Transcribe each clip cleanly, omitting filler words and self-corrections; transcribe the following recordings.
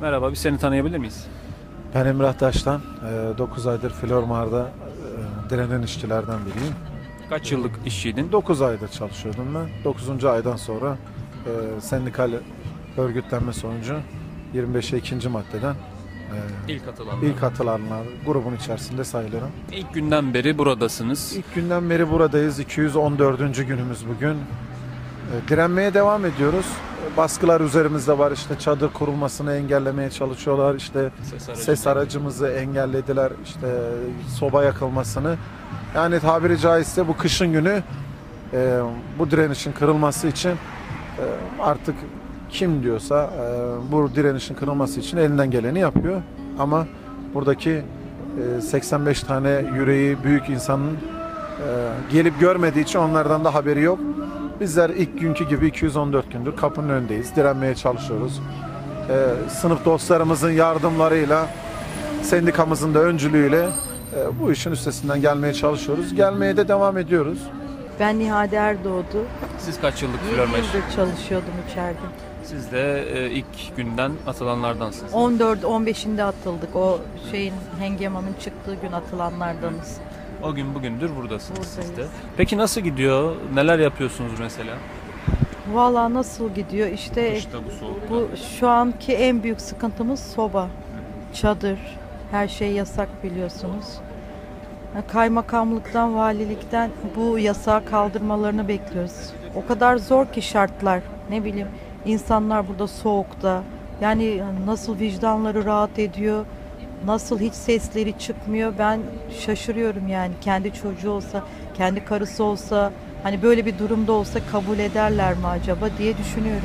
Merhaba, biz seni tanıyabilir miyiz? Ben Emrah Taş'tan 9 aydır Flormar'da direnen işçilerden biriyim. Kaç yıllık işçiydin? 9 aydır çalışıyordum ben. 9. aydan sonra sendikal örgütlenme sonucu 25'e 2. maddeden İlk atılanlar. ilk atılanlar grubun içerisinde sayılırım. İlk günden beri buradasınız. İlk günden beri buradayız. 214. günümüz bugün. Direnmeye devam ediyoruz. Baskılar üzerimizde var. İşte çadır kurulmasını engellemeye çalışıyorlar. İşte ses aracımızı engellediler. İşte soba yakılmasını. Yani tabiri caizse bu kışın günü bu direnişin kırılması için artık kim diyorsa bu direnişin kırılması için elinden geleni yapıyor. Ama buradaki 85 tane yüreği büyük insanın gelip görmediği için onlardan da haberi yok. Bizler ilk günkü gibi 214 gündür kapının önündeyiz. Direnmeye çalışıyoruz. Sınıf dostlarımızın yardımlarıyla, sendikamızın da öncülüğüyle bu işin üstesinden gelmeye çalışıyoruz. Gelmeye de devam ediyoruz. Ben Nihade Erdoğdu. Siz kaç yıllık 7 Flormeş? yıldır çalışıyordum içeride. Siz de ilk günden atılanlardansınız. 14-15'inde atıldık. O Hengeman'ın çıktığı gün atılanlardanız. O gün bugündür buradasınız siz de. Buradayız. Peki nasıl gidiyor? Neler yapıyorsunuz mesela? Valla nasıl gidiyor? İşte Kışta bu soğukta. bu şu anki en büyük sıkıntımız soba, çadır. Her şey yasak biliyorsunuz. Kaymakamlıktan, valilikten bu yasağı kaldırmalarını bekliyoruz. O kadar zor ki şartlar. Ne bileyim insanlar burada soğukta. Yani nasıl vicdanları rahat ediyor, nasıl hiç sesleri çıkmıyor. Ben şaşırıyorum yani. Kendi çocuğu olsa, kendi karısı olsa, hani böyle bir durumda olsa kabul ederler mi acaba diye düşünüyorum.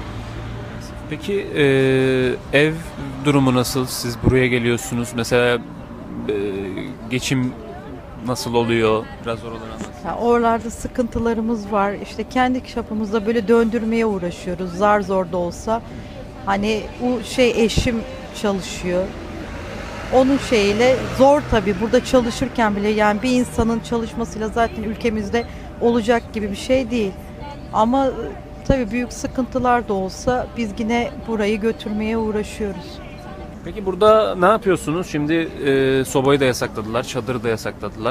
Peki ev durumu nasıl? Siz buraya geliyorsunuz. Mesela geçim nasıl oluyor? Biraz oraları anlatın. Ya oralarda sıkıntılarımız var. İşte kendi çapımızda böyle döndürmeye uğraşıyoruz. Zar zor da olsa. Hani bu eşim çalışıyor. Onun şeyiyle zor tabii. Burada çalışırken bile yani bir insanın çalışmasıyla zaten ülkemizde olacak gibi bir şey değil. Ama tabii büyük sıkıntılar da olsa biz yine burayı götürmeye uğraşıyoruz. Peki burada ne yapıyorsunuz? Şimdi sobayı da yasakladılar, çadırı da yasakladılar.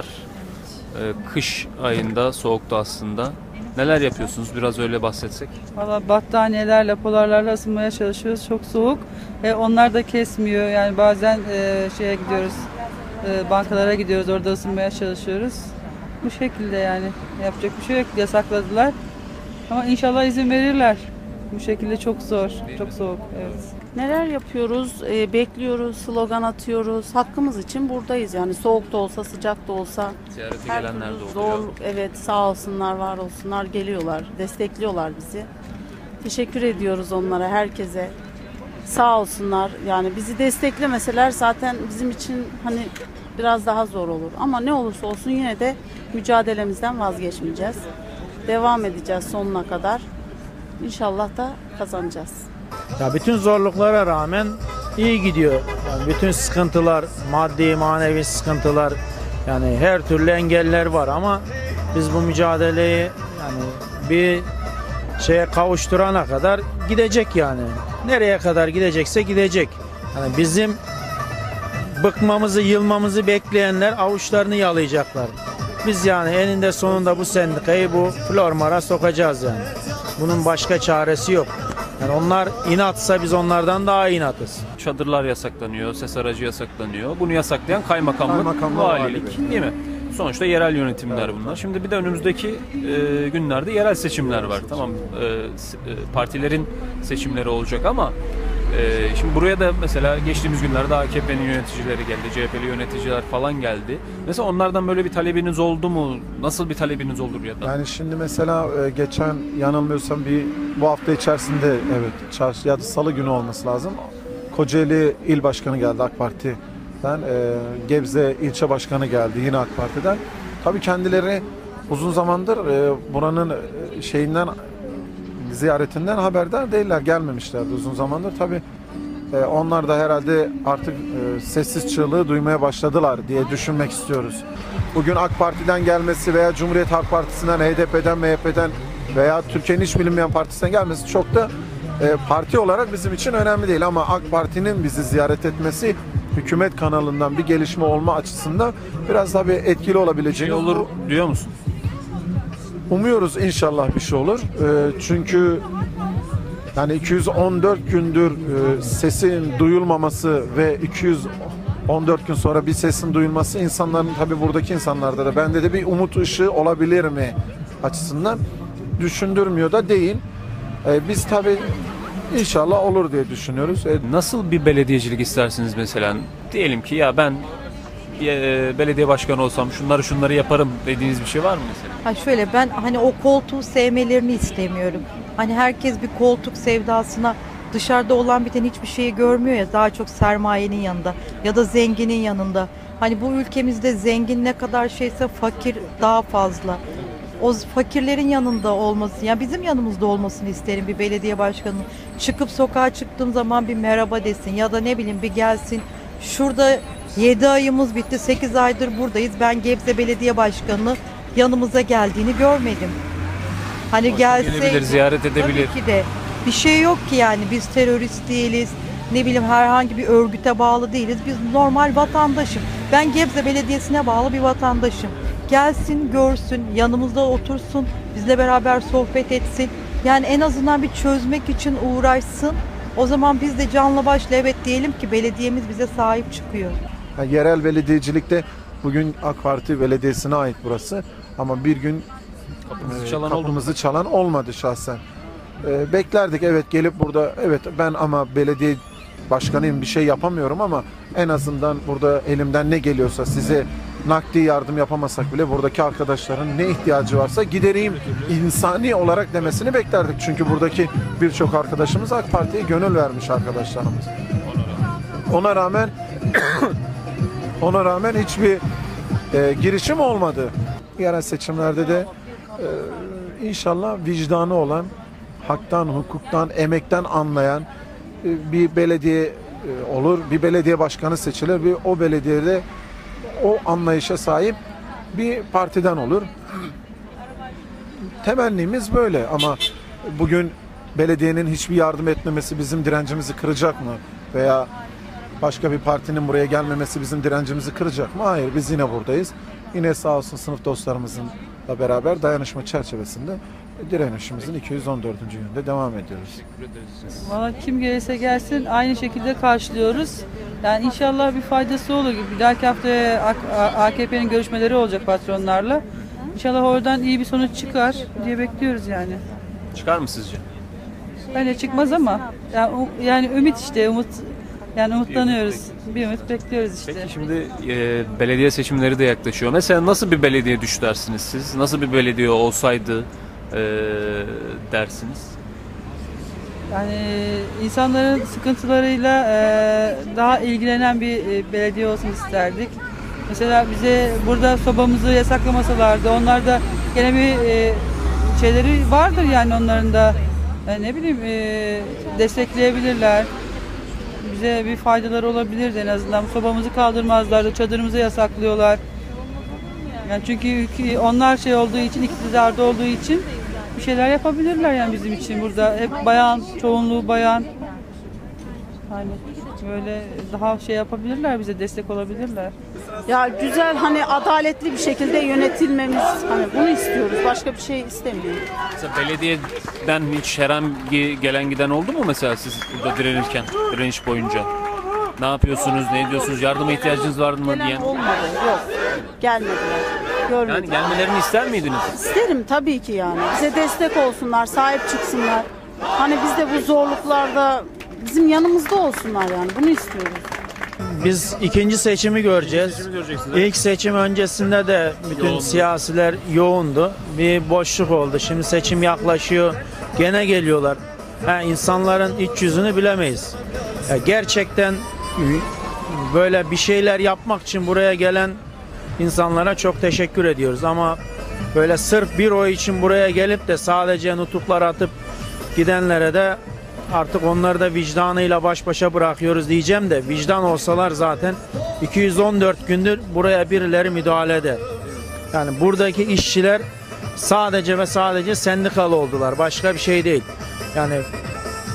Kış ayında, soğukta aslında. Neler yapıyorsunuz? Biraz öyle bahsetsek. Valla battaniyelerle, polarlarla ısınmaya çalışıyoruz. Çok soğuk. Onlar da kesmiyor. Yani bazen şeye gidiyoruz, bankalara gidiyoruz. Orada ısınmaya çalışıyoruz. Bu şekilde yani. Yapacak bir şey yok. Yasakladılar. Ama inşallah izin verirler. Bu şekilde çok zor. Çok soğuk. Evet. Neler yapıyoruz? Bekliyoruz, slogan atıyoruz. Hakkımız için buradayız yani soğuk da olsa, sıcak da olsa. Ziyarete Her gelenler de türlü oluyor. zor, evet sağ olsunlar, var olsunlar, geliyorlar, destekliyorlar bizi. Teşekkür ediyoruz onlara, herkese. Sağ olsunlar. Yani bizi desteklemeseler zaten bizim için hani biraz daha zor olur. Ama ne olursa olsun yine de mücadelemizden vazgeçmeyeceğiz. Devam edeceğiz sonuna kadar. İnşallah da kazanacağız. Ya bütün zorluklara rağmen iyi gidiyor. Yani bütün sıkıntılar, maddi, manevi sıkıntılar, yani her türlü engeller var ama biz bu mücadeleyi yani bir şeye kavuşturana kadar gidecek yani. Nereye kadar gidecekse gidecek. Yani bizim bıkmamızı, yılmamızı bekleyenler avuçlarını yalayacaklar. Biz yani eninde sonunda bu sendikayı bu Flormar'a sokacağız yani. Bunun başka çaresi yok. Yani onlar inatsa biz onlardan daha inatız. Çadırlar yasaklanıyor, ses aracı yasaklanıyor. Bunu yasaklayan kaymakamlık, valilik değil mi? Sonuçta yerel yönetimler bunlar. Şimdi bir de önümüzdeki günlerde yerel seçimler var. Tamam, partilerin seçimleri olacak ama şimdi buraya da mesela geçtiğimiz günlerde AKP'nin yöneticileri geldi, CHP'li yöneticiler falan geldi. Mesela onlardan böyle bir talebiniz oldu mu? Nasıl bir talebiniz olur ya da? Yani şimdi mesela geçen yanılmıyorsam bu hafta içerisinde çarşı ya da salı günü olması lazım. Kocaeli İl Başkanı geldi AK Parti'den. Gebze İlçe Başkanı geldi yine AK Parti'den. Tabii kendileri uzun zamandır buranın ziyaretinden haberdar değiller. Gelmemişlerdi uzun zamandır. Tabii onlar da herhalde artık sessiz çığlığı duymaya başladılar diye düşünmek istiyoruz. Bugün AK Parti'den gelmesi veya Cumhuriyet Halk Partisi'nden, HDP'den, MHP'den veya Türkiye'nin hiç bilinmeyen partisinden gelmesi çok da Parti olarak bizim için önemli değil ama AK Parti'nin bizi ziyaret etmesi hükümet kanalından bir gelişme olma açısından biraz daha bir etkili olabileceğini olur diyor musun? umuyoruz, inşallah bir şey olur. Çünkü yani 214 gündür sesin duyulmaması ve 214 gün sonra bir sesin duyulması insanların, tabii buradaki insanlarda da bende de bir umut ışığı olabilir mi açısından düşündürmüyor da değil. Biz tabii inşallah olur diye düşünüyoruz. Nasıl bir belediyecilik istersiniz mesela? Diyelim ki ya ben belediye başkanı olsam şunları yaparım dediğiniz bir şey var mı mesela? Ha şöyle, ben hani o koltuğu sevmelerini istemiyorum. Hani herkes bir koltuk sevdasına, dışarıda olan biten hiçbir şeyi görmüyor ya, daha çok sermayenin yanında ya da zenginin yanında. Hani bu ülkemizde zengin ne kadar şeyse fakir daha fazla. O fakirlerin yanında olması, yani bizim yanımızda olmasını isterim bir belediye başkanının. Çıkıp sokağa çıktığım zaman bir merhaba desin ya da ne bileyim bir gelsin. Şurada 7 ayımız bitti, 8 aydır buradayız. Ben Gebze Belediye Başkanı'nı yanımıza geldiğini görmedim. Hani Gelebilir, gelse ziyaret edebilir. tabii ki de bir şey yok ki, yani biz terörist değiliz. Ne bileyim herhangi bir örgüte bağlı değiliz. Biz normal vatandaşım. Ben Gebze Belediyesi'ne bağlı bir vatandaşım. Gelsin, görsün, yanımızda otursun, bizle beraber sohbet etsin. Yani en azından bir çözmek için uğraşsın. O zaman biz de canla başla evet diyelim ki belediyemiz bize sahip çıkıyor. Yani yerel belediyecilikte bugün AK Parti belediyesine ait burası ama bir gün kapımızı çalan olmadı şahsen. Beklerdik, evet, gelip burada, evet ben ama belediye başkanıyım, bir şey yapamıyorum ama en azından burada elimden ne geliyorsa, size nakdi yardım yapamasak bile buradaki arkadaşların ne ihtiyacı varsa gidereyim insani olarak demesini beklerdik. Çünkü buradaki birçok arkadaşımız AK Parti'ye gönül vermiş arkadaşlarımız. Ona rağmen hiçbir girişim olmadı. Yerel seçimlerde de inşallah vicdanı olan, haktan, hukuktan, emekten anlayan bir belediye olur, bir belediye başkanı seçilir ve o belediyede o anlayışa sahip bir partiden olur. Temennimiz böyle ama bugün belediyenin hiçbir yardım etmemesi bizim direncimizi kıracak mı? Veya başka bir partinin buraya gelmemesi bizim direncimizi kıracak mı? Hayır, biz yine buradayız. Yine sağ olsun sınıf dostlarımızla beraber dayanışma çerçevesinde direnişimizin 214. gününde devam ediyoruz. Valla kim gelirse gelsin aynı şekilde karşılıyoruz. Yani inşallah bir faydası olur gibi. Bir dahaki haftaya AKP'nin görüşmeleri olacak patronlarla. İnşallah oradan iyi bir sonuç çıkar diye bekliyoruz yani. Çıkar mı sizce? Bence çıkmaz ama yani ümit işte, yani umutlanıyoruz. Bir ümit bekliyoruz işte. Peki şimdi belediye seçimleri de yaklaşıyor. Mesela nasıl bir belediye düşlersiniz siz? Nasıl bir belediye olsaydı dersiniz? Yani insanların sıkıntılarıyla daha ilgilenen bir belediye olsun isterdik. Mesela bize burada sobamızı yasaklamasalardı, onlar da gene bir şeyleri vardır yani onların da ne bileyim destekleyebilirler. Bize bir faydaları olabilirdi en azından. Sobamızı kaldırmazlardı, çadırımızı yasaklıyorlar. Yani çünkü onlar şey olduğu için, iktidarda olduğu için bir şeyler yapabilirler yani bizim için burada. Hep bayan, çoğunluğu bayan. Hani böyle daha şey yapabilirler, bize destek olabilirler. Ya güzel, hani adaletli bir şekilde yönetilmemiz, hani bunu istiyoruz. Başka bir şey istemiyoruz. Mesela belediyeden hiç herhangi gelen giden oldu mu mesela siz burada direniş boyunca? Ne yapıyorsunuz, ne ediyorsunuz, yardıma ihtiyacınız var mı diyen? Olmadı, yok. Gelmediler. Görmedim. Yani gelmelerini ister miydiniz? İsterim tabii ki yani. Bize destek olsunlar, sahip çıksınlar. Hani biz de bu zorluklarda bizim yanımızda olsunlar yani. Bunu istiyoruz. Biz ikinci seçimi göreceğiz. İlk seçim öncesinde de bütün siyasiler yoğundu. Bir boşluk oldu. Şimdi seçim yaklaşıyor. Gene geliyorlar. İnsanların iç yüzünü bilemeyiz. Gerçekten böyle bir şeyler yapmak için buraya gelen insanlara çok teşekkür ediyoruz. Ama böyle sırf bir oy için buraya gelip de sadece nutuklar atıp gidenlere de artık onları da vicdanıyla baş başa bırakıyoruz diyeceğim de, vicdan olsalar zaten 214 gündür buraya birileri müdahale eder. Yani buradaki işçiler sadece ve sadece sendikalı oldular. Başka bir şey değil. Yani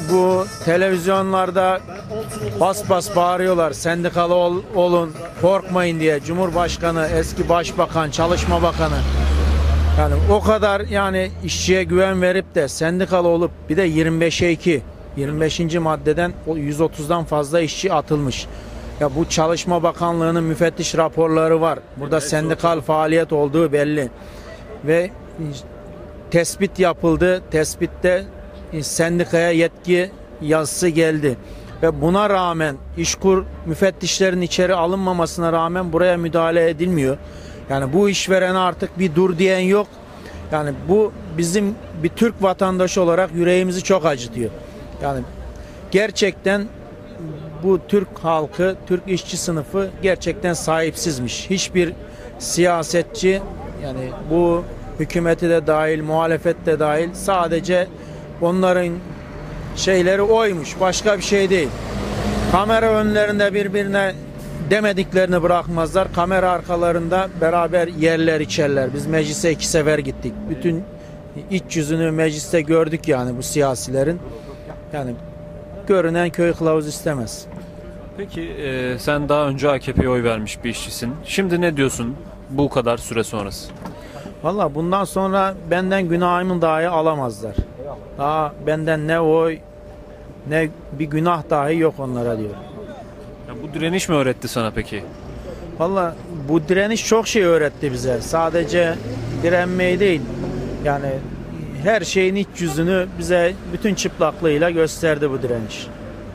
bu televizyonlarda bas bas bağırıyorlar. Sendikalı olun, korkmayın diye. Cumhurbaşkanı, eski başbakan, Çalışma Bakanı. Yani o kadar yani işçiye güven verip de sendikalı olup bir de 25'e 2, 25. maddeden o 130'dan fazla işçi atılmış. Ya bu Çalışma Bakanlığı'nın müfettiş raporları var. Burada sendikal faaliyet olduğu belli. Ve tespit yapıldı. Tespitte sendikaya yetki yazısı geldi. Ve buna rağmen İşkur müfettişlerin içeri alınmamasına rağmen buraya müdahale edilmiyor. Yani bu işverene artık bir dur diyen yok. Yani bu bizim bir Türk vatandaşı olarak yüreğimizi çok acıtıyor. Yani gerçekten bu Türk halkı, Türk işçi sınıfı gerçekten sahipsizmiş. Hiçbir siyasetçi, yani bu hükümeti de dahil, muhalefet de dahil, sadece onların şeyleri oymuş. Başka bir şey değil. Kamera önlerinde birbirine demediklerini bırakmazlar. Kamera arkalarında beraber yerler içerler. Biz meclise 2 sefer gittik. Bütün iç yüzünü mecliste gördük yani bu siyasilerin. Yani görünen köy kılavuz istemez. Peki sen daha önce AKP'ye oy vermiş bir işçisin. Şimdi ne diyorsun bu kadar süre sonrası? Valla bundan sonra benden günahımın dahi alamazlar. Daha benden ne oy ne bir günah dahi yok onlara diyor. Ya bu direniş mi öğretti sana peki? Valla bu direniş çok şey öğretti bize. Sadece direnmeyi değil. Yani her şeyin iç yüzünü bize bütün çıplaklığıyla gösterdi bu direniş.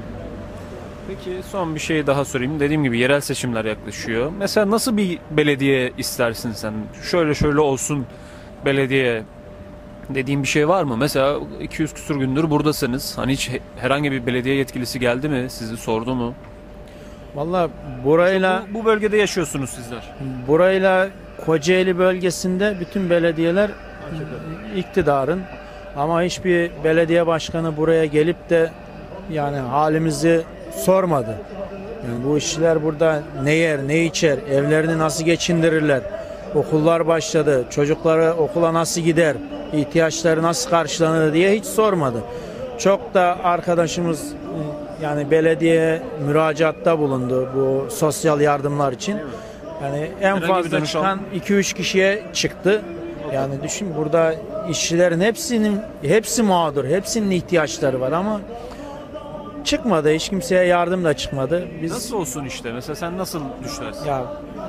Peki son bir şey daha sorayım. Dediğim gibi yerel seçimler yaklaşıyor. Mesela nasıl bir belediye istersin sen? Şöyle şöyle olsun belediye dediğim bir şey var mı? Mesela 200 küsur gündür buradasınız. Hani hiç herhangi bir belediye yetkilisi geldi mi? Sizi sordu mu? Valla burayla Bu bölgede yaşıyorsunuz sizler. burayla Kocaeli bölgesinde bütün belediyeler iktidarın, ama hiçbir belediye başkanı buraya gelip de yani halimizi sormadı. Yani bu işçiler burada ne yer, ne içer, evlerini nasıl geçindirirler, okullar başladı, çocukları okula nasıl gider, ihtiyaçları nasıl karşılanır diye hiç sormadı. Çok da arkadaşımız yani belediyeye müracaatta bulundu bu sosyal yardımlar için. Yani en Herhangi bir fazla dönüş çıkan 2-3 kişiye çıktı. Yani düşün, burada işçilerin hepsi mağdur, hepsinin ihtiyaçları var ama çıkmadı. Hiç kimseye yardım da çıkmadı. Biz Nasıl olsun işte? Mesela sen nasıl düşünüyorsun? ya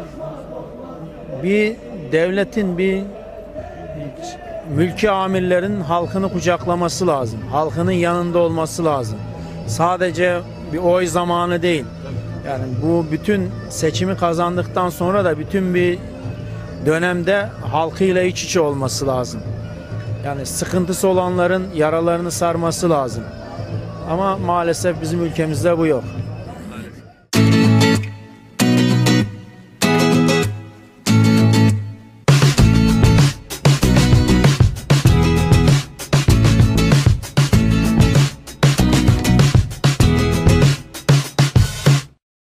bir devletin, bir mülki amirlerin halkını kucaklaması lazım. Halkının yanında olması lazım. Sadece bir oy zamanı değil. Yani bu bütün seçimi kazandıktan sonra da bütün bir dönemde halkıyla iç içe olması lazım. Yani sıkıntısı olanların yaralarını sarması lazım. Ama maalesef bizim ülkemizde bu yok.